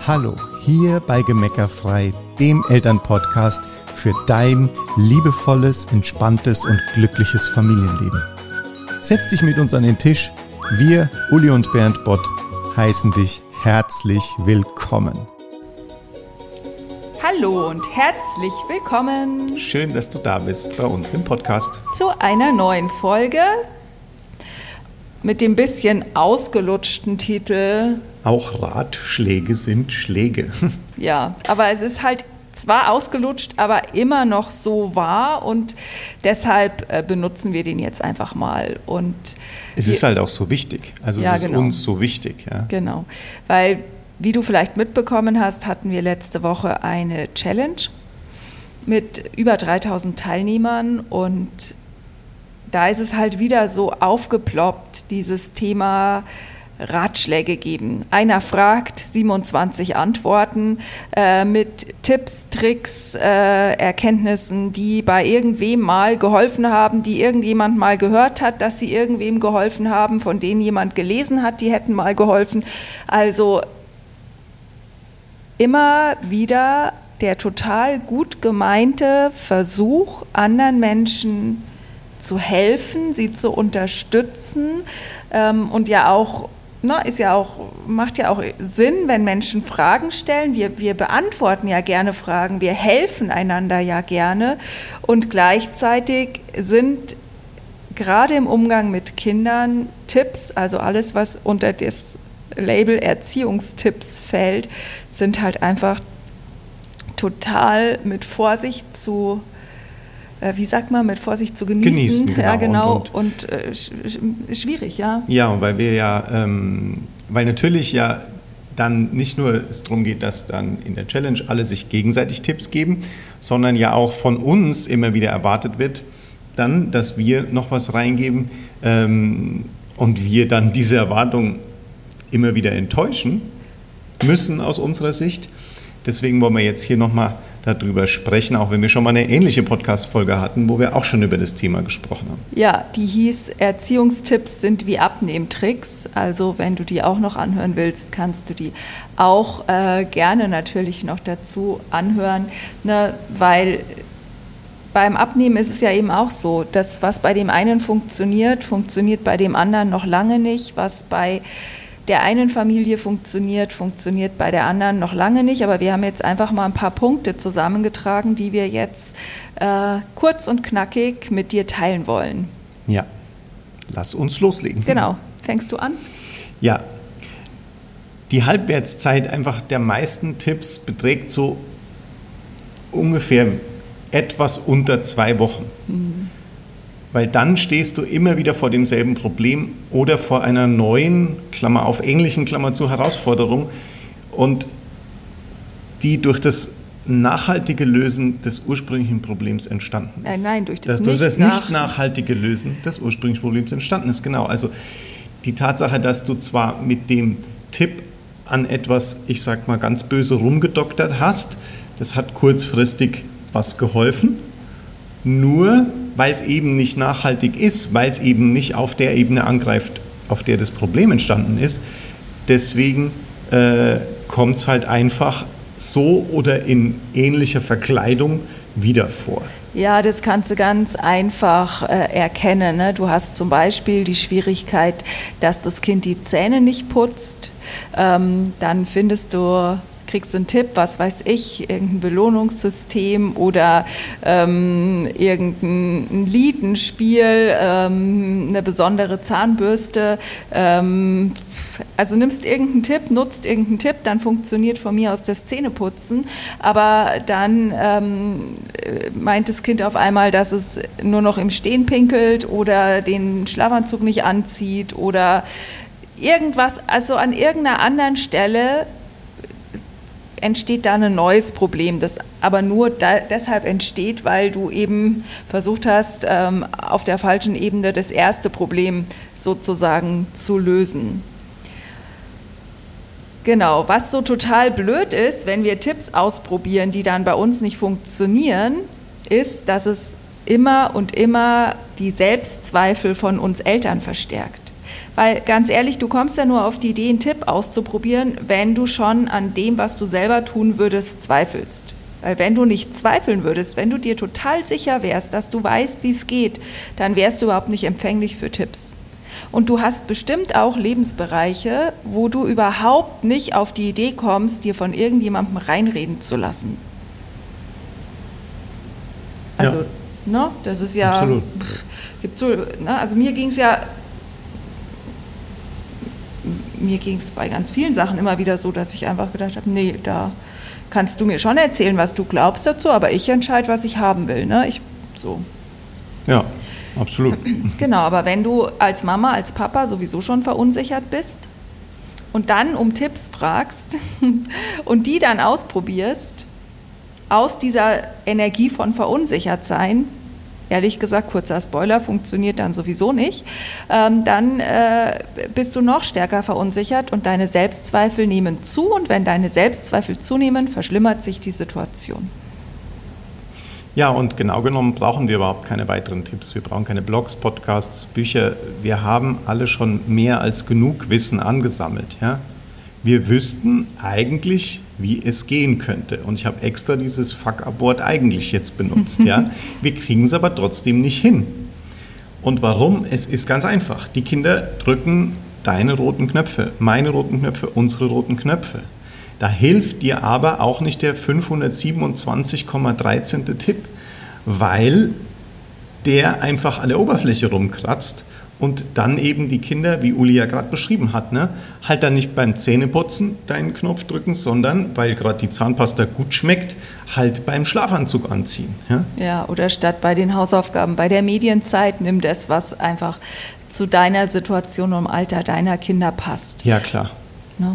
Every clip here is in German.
Hallo, hier bei Gemeckerfrei, dem Elternpodcast für dein liebevolles, entspanntes und glückliches Familienleben. Setz dich mit uns an den Tisch. Wir, Uli und Bernd Bott, heißen dich herzlich willkommen. Hallo und herzlich willkommen. Schön, dass du da bist bei uns im Podcast. Zu einer neuen Folge mit dem bisschen ausgelutschten Titel. Auch Ratschläge sind Schläge. Ja, aber es ist halt zwar ausgelutscht, aber immer noch so wahr und deshalb benutzen wir den jetzt einfach mal. Und es ist halt auch so wichtig. Also ja, es ist uns so wichtig. Ja. Genau, weil wie du vielleicht mitbekommen hast, hatten wir letzte Woche eine Challenge mit über 3000 Teilnehmern und da ist es halt wieder so aufgeploppt, dieses Thema Ratschläge geben. Einer fragt, 27 Antworten mit Tipps, Tricks, Erkenntnissen, die bei irgendwem mal geholfen haben, die irgendjemand mal gehört hat, dass sie irgendwem geholfen haben, von denen jemand gelesen hat, die hätten mal geholfen. Also immer wieder der total gut gemeinte Versuch, anderen Menschen zu helfen, sie zu unterstützen und ja auch, macht ja auch Sinn, wenn Menschen Fragen stellen. Wir beantworten ja gerne Fragen, wir helfen einander ja gerne und gleichzeitig sind gerade im Umgang mit Kindern Tipps, also alles, was unter das Label Erziehungstipps fällt, sind halt einfach total mit Vorsicht zu mit Vorsicht zu genießen. Genau. Ja, genau. Und schwierig, ja. Ja, weil wir ja, weil natürlich ja dann nicht nur es darum geht, dass dann in der Challenge alle sich gegenseitig Tipps geben, sondern ja auch von uns immer wieder erwartet wird, dann, dass wir noch was reingeben und wir dann diese Erwartung immer wieder enttäuschen müssen aus unserer Sicht. Deswegen wollen wir jetzt hier nochmal darüber sprechen, auch wenn wir schon mal eine ähnliche Podcast-Folge hatten, wo wir auch schon über das Thema gesprochen haben. Ja, die hieß Erziehungstipps sind wie Abnehmtricks. Also wenn du die auch noch anhören willst, kannst du die auch gerne natürlich noch dazu anhören, ne? Weil beim Abnehmen ist es ja eben auch so, dass was bei dem einen funktioniert, funktioniert bei dem anderen noch lange nicht. Was bei der einen Familie funktioniert bei der anderen noch lange nicht. Aber wir haben jetzt einfach mal ein paar Punkte zusammengetragen, die wir jetzt kurz und knackig mit dir teilen wollen. Ja, lass uns loslegen. Genau. Fängst du an? Ja, die Halbwertszeit einfach der meisten Tipps beträgt so ungefähr etwas unter 2 Wochen. Mhm. Weil dann stehst du immer wieder vor demselben Problem oder vor einer neuen, Klammer auf, ähnlichen, Klammer zu, Herausforderung und die durch das nachhaltige Lösen des ursprünglichen Problems entstanden ist. Nein, durch das nicht nachhaltige Lösen des ursprünglichen Problems entstanden ist. Genau, also die Tatsache, dass du zwar mit dem Tipp an etwas, ich sag mal ganz böse, rumgedoktert hast, das hat kurzfristig was geholfen, nur weil es eben nicht nachhaltig ist, weil es eben nicht auf der Ebene angreift, auf der das Problem entstanden ist. Deswegen kommt es halt einfach so oder in ähnlicher Verkleidung wieder vor. Ja, das kannst du ganz einfach erkennen. Ne? Du hast zum Beispiel die Schwierigkeit, dass das Kind die Zähne nicht putzt. Dann kriegst du einen Tipp, was weiß ich, irgendein Belohnungssystem oder irgendein Lied, ein Spiel, eine besondere Zahnbürste. Also nutzt irgendeinen Tipp, dann funktioniert von mir aus das Zähneputzen, aber dann meint das Kind auf einmal, dass es nur noch im Stehen pinkelt oder den Schlafanzug nicht anzieht oder irgendwas, also an irgendeiner anderen Stelle entsteht da ein neues Problem, das aber nur deshalb entsteht, weil du eben versucht hast, auf der falschen Ebene das erste Problem sozusagen zu lösen. Genau, was so total blöd ist, wenn wir Tipps ausprobieren, die dann bei uns nicht funktionieren, ist, dass es immer und immer die Selbstzweifel von uns Eltern verstärkt. Weil ganz ehrlich, du kommst ja nur auf die Idee, einen Tipp auszuprobieren, wenn du schon an dem, was du selber tun würdest, zweifelst. Weil wenn du nicht zweifeln würdest, wenn du dir total sicher wärst, dass du weißt, wie es geht, dann wärst du überhaupt nicht empfänglich für Tipps. Und du hast bestimmt auch Lebensbereiche, wo du überhaupt nicht auf die Idee kommst, dir von irgendjemandem reinreden zu lassen. Also, Ja. Ne, das ist ja... Absolut. Gibt so, ne, also mir ging es bei ganz vielen Sachen immer wieder so, dass ich einfach gedacht habe, nee, da kannst du mir schon erzählen, was du glaubst dazu, aber ich entscheide, was ich haben will. Ne? Ja, absolut. Genau, aber wenn du als Mama, als Papa sowieso schon verunsichert bist und dann um Tipps fragst und die dann ausprobierst, aus dieser Energie von verunsichert sein, ehrlich gesagt, kurzer Spoiler, funktioniert dann sowieso nicht, dann bist du noch stärker verunsichert und deine Selbstzweifel nehmen zu und wenn deine Selbstzweifel zunehmen, verschlimmert sich die Situation. Ja, und genau genommen brauchen wir überhaupt keine weiteren Tipps. Wir brauchen keine Blogs, Podcasts, Bücher. Wir haben alle schon mehr als genug Wissen angesammelt. Ja? Wir wüssten eigentlich, wie es gehen könnte. Und ich habe extra dieses Fuck-up-Wort eigentlich jetzt benutzt. Ja? Wir kriegen es aber trotzdem nicht hin. Und warum? Es ist ganz einfach. Die Kinder drücken deine roten Knöpfe, meine roten Knöpfe, unsere roten Knöpfe. Da hilft dir aber auch nicht der 527,13. Tipp, weil der einfach an der Oberfläche rumkratzt und dann eben die Kinder, wie Uli ja gerade beschrieben hat, ne, halt dann nicht beim Zähneputzen deinen Knopf drücken, sondern, weil gerade die Zahnpasta gut schmeckt, halt beim Schlafanzug anziehen. Ja? Ja, oder statt bei den Hausaufgaben, bei der Medienzeit, nimm das, was einfach zu deiner Situation und im Alter deiner Kinder passt. Ja, klar. Ne?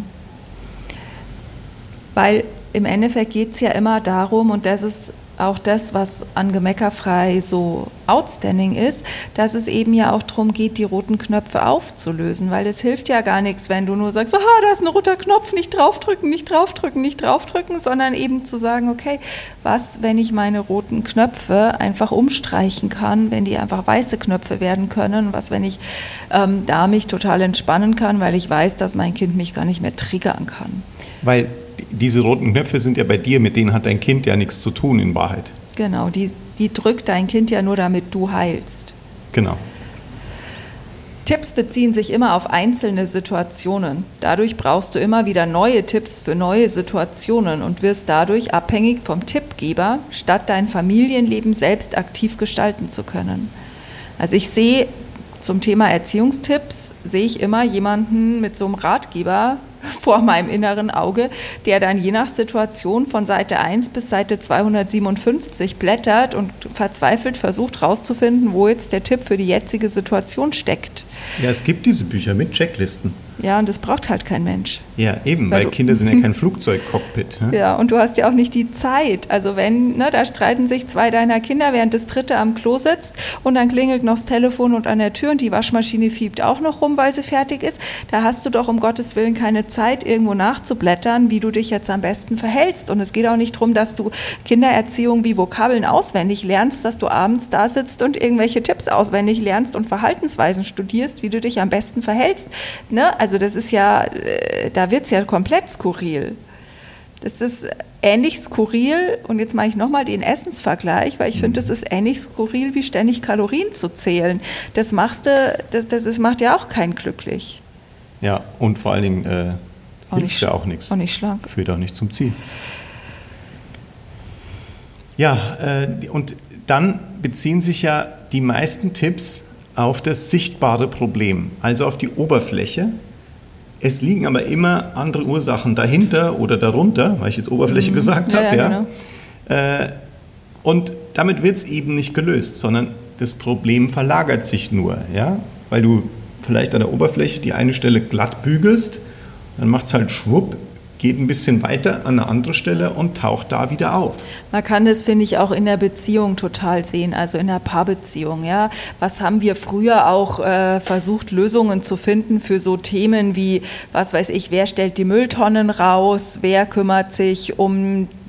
Weil im Endeffekt geht es ja immer darum, und das ist auch das, was an Gemeckerfrei so outstanding ist, dass es eben ja auch darum geht, die roten Knöpfe aufzulösen, weil es hilft ja gar nichts, wenn du nur sagst, da ist ein roter Knopf, nicht draufdrücken, nicht draufdrücken, nicht draufdrücken, sondern eben zu sagen, okay, was, wenn ich meine roten Knöpfe einfach umstreichen kann, wenn die einfach weiße Knöpfe werden können, was, wenn ich da mich total entspannen kann, weil ich weiß, dass mein Kind mich gar nicht mehr triggern kann. Weil diese roten Knöpfe sind ja bei dir, mit denen hat dein Kind ja nichts zu tun in Wahrheit. Genau, die drückt dein Kind ja nur, damit du heilst. Genau. Tipps beziehen sich immer auf einzelne Situationen. Dadurch brauchst du immer wieder neue Tipps für neue Situationen und wirst dadurch abhängig vom Tippgeber, statt dein Familienleben selbst aktiv gestalten zu können. Also ich sehe zum Thema Erziehungstipps, sehe ich immer jemanden mit so einem Ratgeber vor meinem inneren Auge, der dann je nach Situation von Seite 1 bis Seite 257 blättert und verzweifelt versucht herauszufinden, wo jetzt der Tipp für die jetzige Situation steckt. Ja, es gibt diese Bücher mit Checklisten. Ja, und das braucht halt kein Mensch. Ja, eben, weil Kinder sind ja kein Flugzeugcockpit. Ne? Ja, und du hast ja auch nicht die Zeit. Also wenn, da streiten sich zwei deiner Kinder, während das dritte am Klo sitzt und dann klingelt noch das Telefon und an der Tür und die Waschmaschine fiebt auch noch rum, weil sie fertig ist. Da hast du doch um Gottes Willen keine Zeit, irgendwo nachzublättern, wie du dich jetzt am besten verhältst. Und es geht auch nicht darum, dass du Kindererziehung wie Vokabeln auswendig lernst, dass du abends da sitzt und irgendwelche Tipps auswendig lernst und Verhaltensweisen studierst, wie du dich am besten verhältst. Ne? Also das ist ja, da wird es ja komplett skurril. Das ist ähnlich skurril, und jetzt mache ich nochmal den Essensvergleich, weil ich finde, das ist ähnlich skurril, wie ständig Kalorien zu zählen. Das macht ja auch keinen glücklich. Ja, und vor allen Dingen hilft ja auch nichts. Auch nicht schlank. Führt auch nicht zum Ziel. Ja, und dann beziehen sich ja die meisten Tipps auf das sichtbare Problem, also auf die Oberfläche. Es liegen aber immer andere Ursachen dahinter oder darunter, weil ich jetzt Oberfläche gesagt habe. Ja. Genau. Und damit wird es eben nicht gelöst, sondern das Problem verlagert sich nur. Ja? Weil du vielleicht an der Oberfläche die eine Stelle glatt bügelst, dann macht es halt schwupp, geht ein bisschen weiter an eine andere Stelle und taucht da wieder auf. Man kann das, finde ich, auch in der Beziehung total sehen, also in der Paarbeziehung. Ja? Was haben wir früher auch versucht, Lösungen zu finden für so Themen wie, was weiß ich, wer stellt die Mülltonnen raus, wer kümmert sich um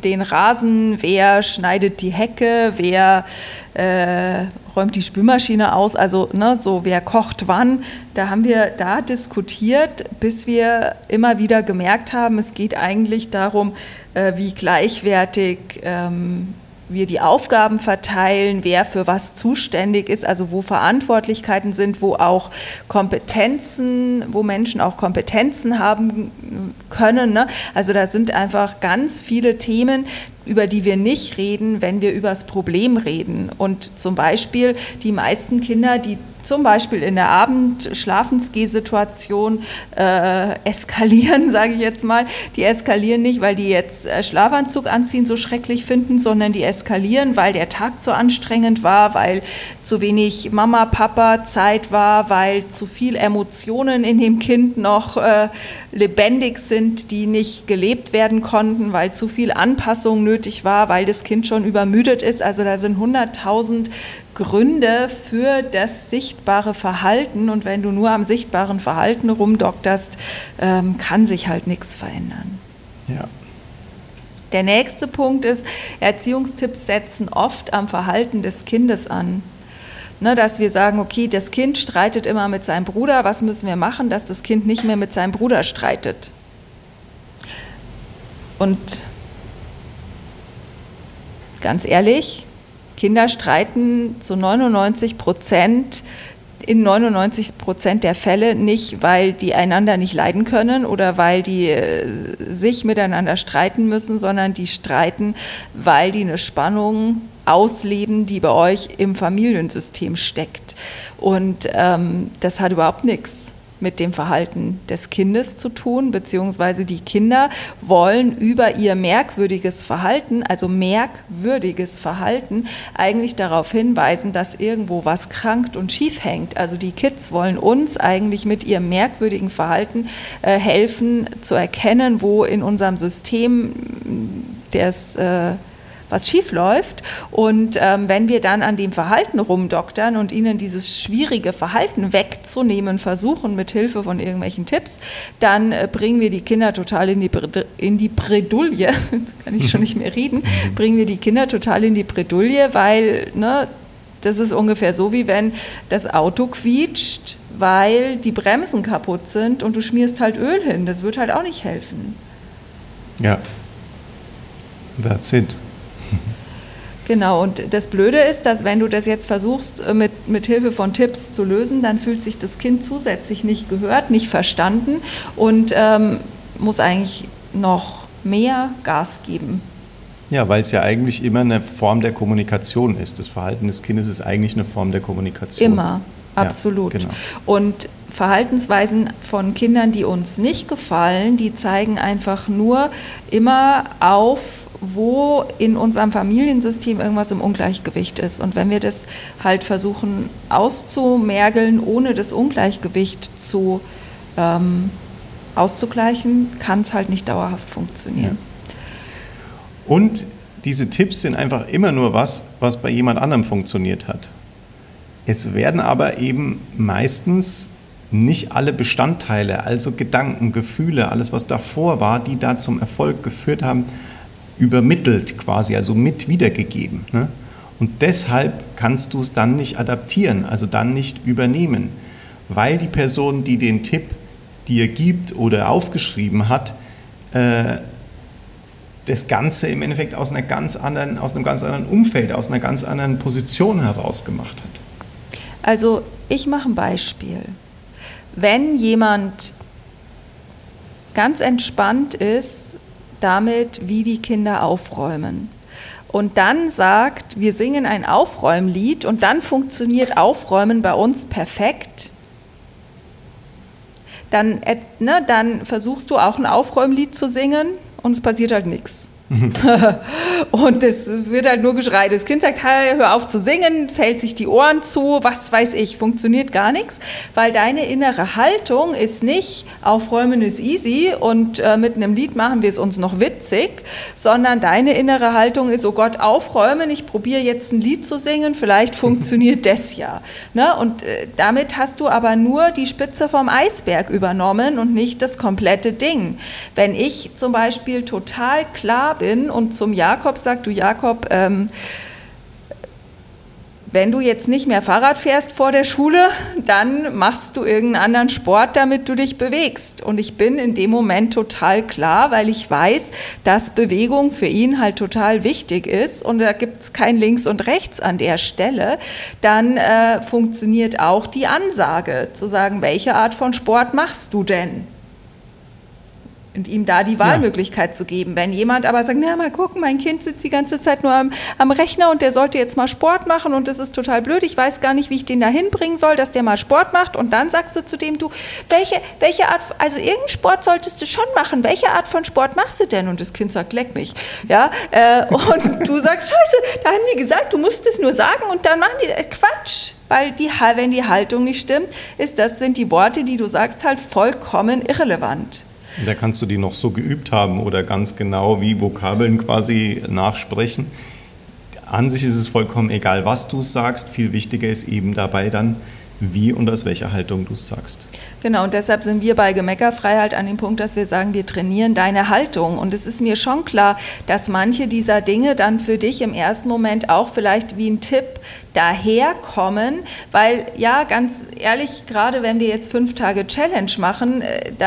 den Rasen, wer schneidet die Hecke, wer räumt die Spülmaschine aus, also so wer kocht wann. Da haben wir da diskutiert, bis wir immer wieder gemerkt haben, es geht eigentlich darum, wie gleichwertig wir die Aufgaben verteilen, wer für was zuständig ist, also wo Verantwortlichkeiten sind, wo auch Kompetenzen, wo Menschen auch Kompetenzen haben können. Ne? Also da sind einfach ganz viele Themen, über die wir nicht reden, wenn wir über das Problem reden. Und zum Beispiel die meisten Kinder, die zum Beispiel in der Abendschlafensgeh-Situation eskalieren, sage ich jetzt mal, die eskalieren nicht, weil die jetzt Schlafanzug anziehen so schrecklich finden, sondern die eskalieren, weil der Tag zu anstrengend war, weil zu wenig Mama, Papa Zeit war, weil zu viel Emotionen in dem Kind noch lebendig sind, die nicht gelebt werden konnten, weil zu viel Anpassung nötig war, weil das Kind schon übermüdet ist. Also da sind 100.000 Gründe für das sichtbare Verhalten. Und wenn du nur am sichtbaren Verhalten rumdokterst, kann sich halt nichts verändern. Ja. Der nächste Punkt ist, Erziehungstipps setzen oft am Verhalten des Kindes an. Ne, dass wir sagen, okay, das Kind streitet immer mit seinem Bruder, was müssen wir machen, dass das Kind nicht mehr mit seinem Bruder streitet? Und ganz ehrlich, Kinder streiten zu 99% in 99% der Fälle nicht, weil die einander nicht leiden können oder weil die sich miteinander streiten müssen, sondern die streiten, weil die eine Spannung ausleben, die bei euch im Familiensystem steckt. Und das hat überhaupt nichts mit dem Verhalten des Kindes zu tun, beziehungsweise die Kinder wollen über ihr merkwürdiges Verhalten, eigentlich darauf hinweisen, dass irgendwo was krankt und schief hängt. Also die Kids wollen uns eigentlich mit ihrem merkwürdigen Verhalten helfen zu erkennen, wo in unserem System was schief läuft. Und wenn wir dann an dem Verhalten rumdoktern und ihnen dieses schwierige Verhalten wegzunehmen versuchen mit Hilfe von irgendwelchen Tipps, dann bringen wir die Kinder total in die Bredouille, kann ich schon nicht mehr reden, bringen wir die Kinder total in die Bredouille, weil das ist ungefähr so, wie wenn das Auto quietscht, weil die Bremsen kaputt sind und du schmierst halt Öl hin. Das wird halt auch nicht helfen. Ja, that's it. Genau, und das Blöde ist, dass wenn du das jetzt versuchst, mit Hilfe von Tipps zu lösen, dann fühlt sich das Kind zusätzlich nicht gehört, nicht verstanden und muss eigentlich noch mehr Gas geben. Ja, weil es ja eigentlich immer eine Form der Kommunikation ist. Das Verhalten des Kindes ist eigentlich eine Form der Kommunikation. Immer, absolut. Ja, genau. Und Verhaltensweisen von Kindern, die uns nicht gefallen, die zeigen einfach nur immer auf, wo in unserem Familiensystem irgendwas im Ungleichgewicht ist. Und wenn wir das halt versuchen auszumergeln, ohne das Ungleichgewicht auszugleichen, kann es halt nicht dauerhaft funktionieren. Ja. Und diese Tipps sind einfach immer nur was bei jemand anderem funktioniert hat. Es werden aber eben meistens nicht alle Bestandteile, also Gedanken, Gefühle, alles was davor war, die da zum Erfolg geführt haben, übermittelt quasi, also mit wiedergegeben. Ne? Und deshalb kannst du es dann nicht adaptieren, also dann nicht übernehmen, weil die Person, die den Tipp dir gibt oder aufgeschrieben hat, das Ganze im Endeffekt aus einem ganz anderen Umfeld, aus einer ganz anderen Position heraus gemacht hat. Also ich mache ein Beispiel. Wenn jemand ganz entspannt ist damit, wie die Kinder aufräumen und dann sagt, wir singen ein Aufräumlied und dann funktioniert Aufräumen bei uns perfekt, dann versuchst du auch ein Aufräumlied zu singen und es passiert halt nichts. Und es wird halt nur geschreit. Das Kind sagt, hey, hör auf zu singen, es hält sich die Ohren zu, was weiß ich, funktioniert gar nichts, weil deine innere Haltung ist nicht, aufräumen ist easy und mit einem Lied machen wir es uns noch witzig, sondern deine innere Haltung ist, oh Gott, aufräumen, ich probiere jetzt ein Lied zu singen, vielleicht funktioniert das ja. Ne? Und damit hast du aber nur die Spitze vom Eisberg übernommen und nicht das komplette Ding. Wenn ich zum Beispiel total klar bin und zum Jakob sage, du Jakob, wenn du jetzt nicht mehr Fahrrad fährst vor der Schule, dann machst du irgendeinen anderen Sport, damit du dich bewegst. Und ich bin in dem Moment total klar, weil ich weiß, dass Bewegung für ihn halt total wichtig ist und da gibt es kein Links und Rechts an der Stelle. Dann funktioniert auch die Ansage, zu sagen, welche Art von Sport machst du denn? Und ihm da die Wahlmöglichkeit zu geben. Wenn jemand aber sagt, na mal gucken, mein Kind sitzt die ganze Zeit nur am Rechner und der sollte jetzt mal Sport machen und das ist total blöd, ich weiß gar nicht, wie ich den da hinbringen soll, dass der mal Sport macht und dann sagst du zu dem, du, welche Art, also irgendeinen Sport solltest du schon machen, welche Art von Sport machst du denn? Und das Kind sagt, leck mich. Ja? Und du sagst, scheiße, da haben die gesagt, du musst es nur sagen und dann machen die Quatsch. Weil wenn die Haltung nicht stimmt, sind die Worte, die du sagst, halt vollkommen irrelevant. Da kannst du die noch so geübt haben oder ganz genau wie Vokabeln quasi nachsprechen. An sich ist es vollkommen egal, was du sagst. Viel wichtiger ist eben dabei dann, wie und aus welcher Haltung du es sagst. Genau, und deshalb sind wir bei Gemeckerfrei halt an dem Punkt, dass wir sagen, wir trainieren deine Haltung. Und es ist mir schon klar, dass manche dieser Dinge dann für dich im ersten Moment auch vielleicht wie ein Tipp daherkommen, weil ja, ganz ehrlich, gerade wenn wir jetzt 5 Tage Challenge machen,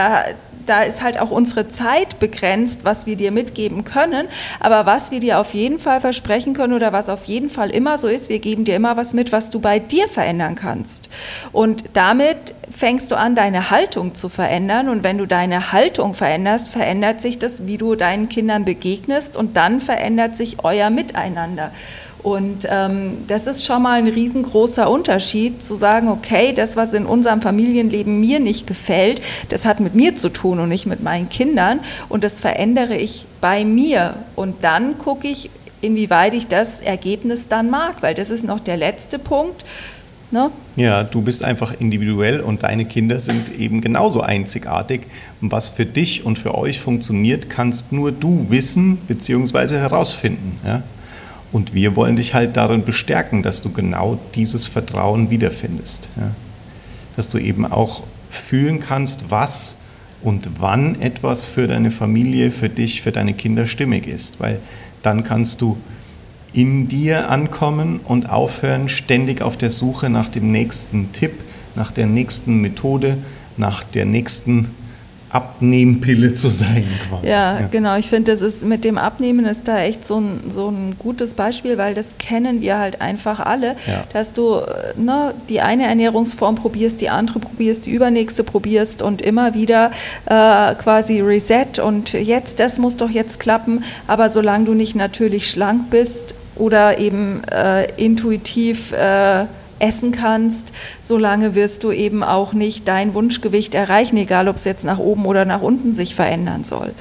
da ist halt auch unsere Zeit begrenzt, was wir dir mitgeben können. Aber was wir dir auf jeden Fall versprechen können oder was auf jeden Fall immer so ist, wir geben dir immer was mit, was du bei dir verändern kannst. Und damit fängst du an, deine Haltung zu verändern. Und wenn du deine Haltung veränderst, verändert sich das, wie du deinen Kindern begegnest. Und dann verändert sich euer Miteinander. Und das ist schon mal ein riesengroßer Unterschied, zu sagen, okay, das, was in unserem Familienleben mir nicht gefällt, das hat mit mir zu tun und nicht mit meinen Kindern. Und das verändere ich bei mir. Und dann gucke ich, inwieweit ich das Ergebnis dann mag, weil das ist noch der letzte Punkt. Ne? Ja, du bist einfach individuell und deine Kinder sind eben genauso einzigartig. Und was für dich und für euch funktioniert, kannst nur du wissen bzw. herausfinden. Ja? Und wir wollen dich halt darin bestärken, dass du genau dieses Vertrauen wiederfindest. Ja? Dass du eben auch fühlen kannst, was und wann etwas für deine Familie, für dich, für deine Kinder stimmig ist. Weil dann kannst du in dir ankommen und aufhören, ständig auf der Suche nach dem nächsten Tipp, nach der nächsten Methode, nach der nächsten Abnehmpille zu sein quasi. Ja, genau. Ich finde, das ist mit dem Abnehmen ist da echt so ein gutes Beispiel, weil das kennen wir halt einfach alle, dass du die eine Ernährungsform probierst, die andere probierst, die übernächste probierst und immer wieder quasi Reset und jetzt, das muss doch jetzt klappen, aber solange du nicht natürlich schlank bist oder eben intuitiv essen kannst, solange wirst du eben auch nicht dein Wunschgewicht erreichen, egal ob es jetzt nach oben oder nach unten sich verändern soll.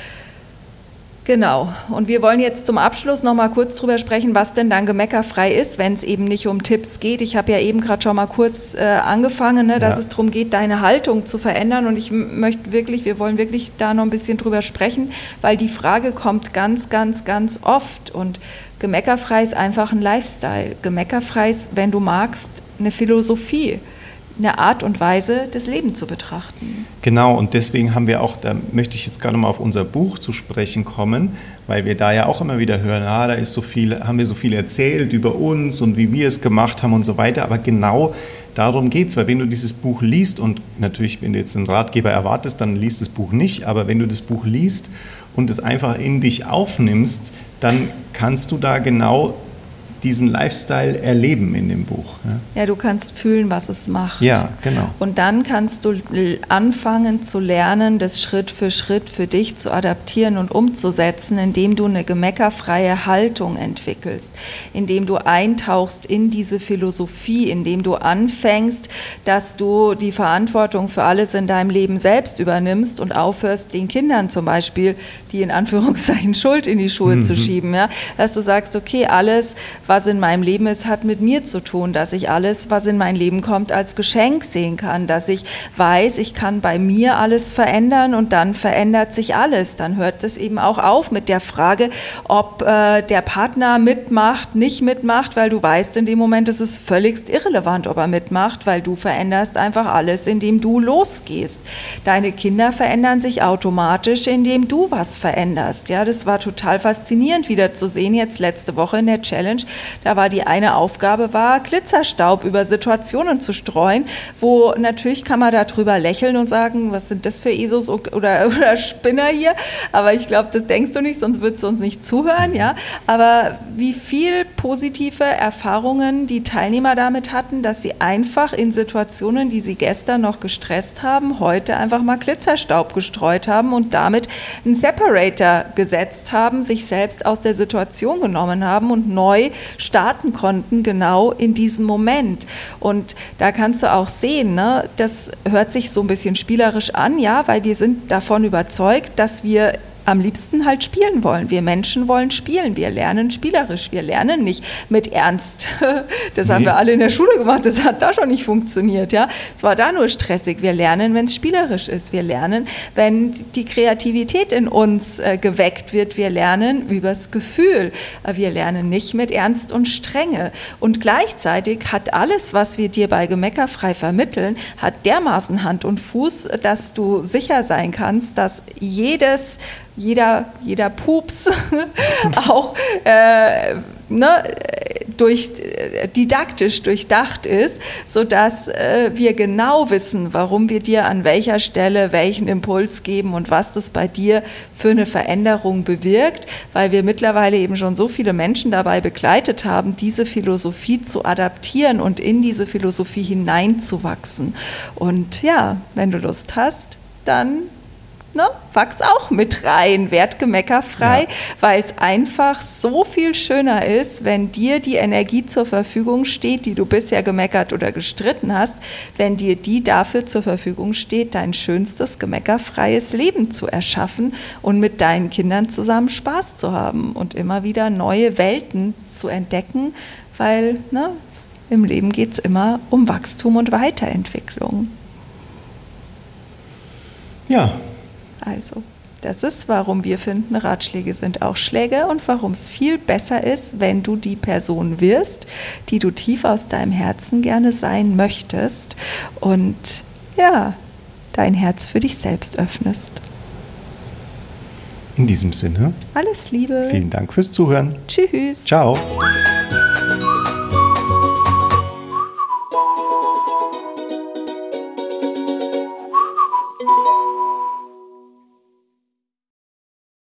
Genau. Und wir wollen jetzt zum Abschluss noch mal kurz drüber sprechen, was denn dann gemeckerfrei ist, wenn es eben nicht um Tipps geht. Ich habe ja eben gerade schon mal kurz angefangen, dass es darum geht, deine Haltung zu verändern. Und wir wollen wirklich da noch ein bisschen drüber sprechen, weil die Frage kommt ganz, ganz, ganz oft. Und gemeckerfrei ist einfach ein Lifestyle. Gemeckerfrei ist, wenn du magst, eine Philosophie, eine Art und Weise, das Leben zu betrachten. Genau, und deswegen haben wir auch, da möchte ich jetzt gerade mal auf unser Buch zu sprechen kommen, weil wir da ja auch immer wieder hören, da ist so viel, haben wir so viel erzählt über uns und wie wir es gemacht haben und so weiter, aber genau darum geht es, weil wenn du dieses Buch liest und natürlich, wenn du jetzt einen Ratgeber erwartest, dann liest das Buch nicht, aber wenn du das Buch liest und es einfach in dich aufnimmst, dann kannst du da genau diesen Lifestyle erleben in dem Buch. Ja, du kannst fühlen, was es macht. Ja, genau. Und dann kannst du anfangen zu lernen, das Schritt für Schritt für dich zu adaptieren und umzusetzen, indem du eine gemeckerfreie Haltung entwickelst, indem du eintauchst in diese Philosophie, indem du anfängst, dass du die Verantwortung für alles in deinem Leben selbst übernimmst und aufhörst, den Kindern zum Beispiel die in Anführungszeichen Schuld in die Schuhe zu schieben. Ja? Dass du sagst, okay, alles, was was in meinem Leben ist, hat mit mir zu tun, dass ich alles, was in mein Leben kommt, als Geschenk sehen kann, dass ich weiß, ich kann bei mir alles verändern und dann verändert sich alles. Dann hört es eben auch auf mit der Frage, ob der Partner mitmacht, nicht mitmacht, weil du weißt, in dem Moment ist es völlig irrelevant, ob er mitmacht, weil du veränderst einfach alles, indem du losgehst. Deine Kinder verändern sich automatisch, indem du was veränderst. Ja, das war total faszinierend wieder zu sehen, jetzt letzte Woche in der Challenge. Da war die eine Aufgabe, Glitzerstaub über Situationen zu streuen, wo natürlich kann man darüber lächeln und sagen, was sind das für Esos oder Spinner hier? Aber ich glaube, das denkst du nicht, sonst würdest du uns nicht zuhören. Ja? Aber wie viel positive Erfahrungen die Teilnehmer damit hatten, dass sie einfach in Situationen, die sie gestern noch gestresst haben, heute einfach mal Glitzerstaub gestreut haben und damit einen Separator gesetzt haben, sich selbst aus der Situation genommen haben und neu starten konnten, genau in diesem Moment. Und da kannst du auch sehen, ne, das hört sich so ein bisschen spielerisch an, ja, weil wir sind davon überzeugt, dass wir am liebsten halt spielen wollen. Wir Menschen wollen spielen. Wir lernen spielerisch. Wir lernen nicht mit Ernst. Das haben wir alle in der Schule gemacht. Das hat da schon nicht funktioniert. Ja? Es war da nur stressig. Wir lernen, wenn es spielerisch ist. Wir lernen, wenn die Kreativität in uns geweckt wird. Wir lernen übers Gefühl. Wir lernen nicht mit Ernst und Strenge. Und gleichzeitig hat alles, was wir dir bei Gemeckerfrei vermitteln, hat dermaßen Hand und Fuß, dass du sicher sein kannst, dass jeder Pups auch didaktisch durchdacht ist, sodass wir genau wissen, warum wir dir an welcher Stelle welchen Impuls geben und was das bei dir für eine Veränderung bewirkt, weil wir mittlerweile eben schon so viele Menschen dabei begleitet haben, diese Philosophie zu adaptieren und in diese Philosophie hineinzuwachsen. Und ja, wenn du Lust hast, dann wachs auch mit rein, werd gemeckerfrei, weil es einfach so viel schöner ist, wenn dir die Energie zur Verfügung steht, die du bisher gemeckert oder gestritten hast, wenn dir die dafür zur Verfügung steht, dein schönstes gemeckerfreies Leben zu erschaffen und mit deinen Kindern zusammen Spaß zu haben und immer wieder neue Welten zu entdecken, weil im Leben geht es immer um Wachstum und Weiterentwicklung. Ja. Also, das ist, warum wir finden, Ratschläge sind auch Schläge und warum es viel besser ist, wenn du die Person wirst, die du tief aus deinem Herzen gerne sein möchtest und dein Herz für dich selbst öffnest. In diesem Sinne. Alles Liebe. Vielen Dank fürs Zuhören. Tschüss. Ciao.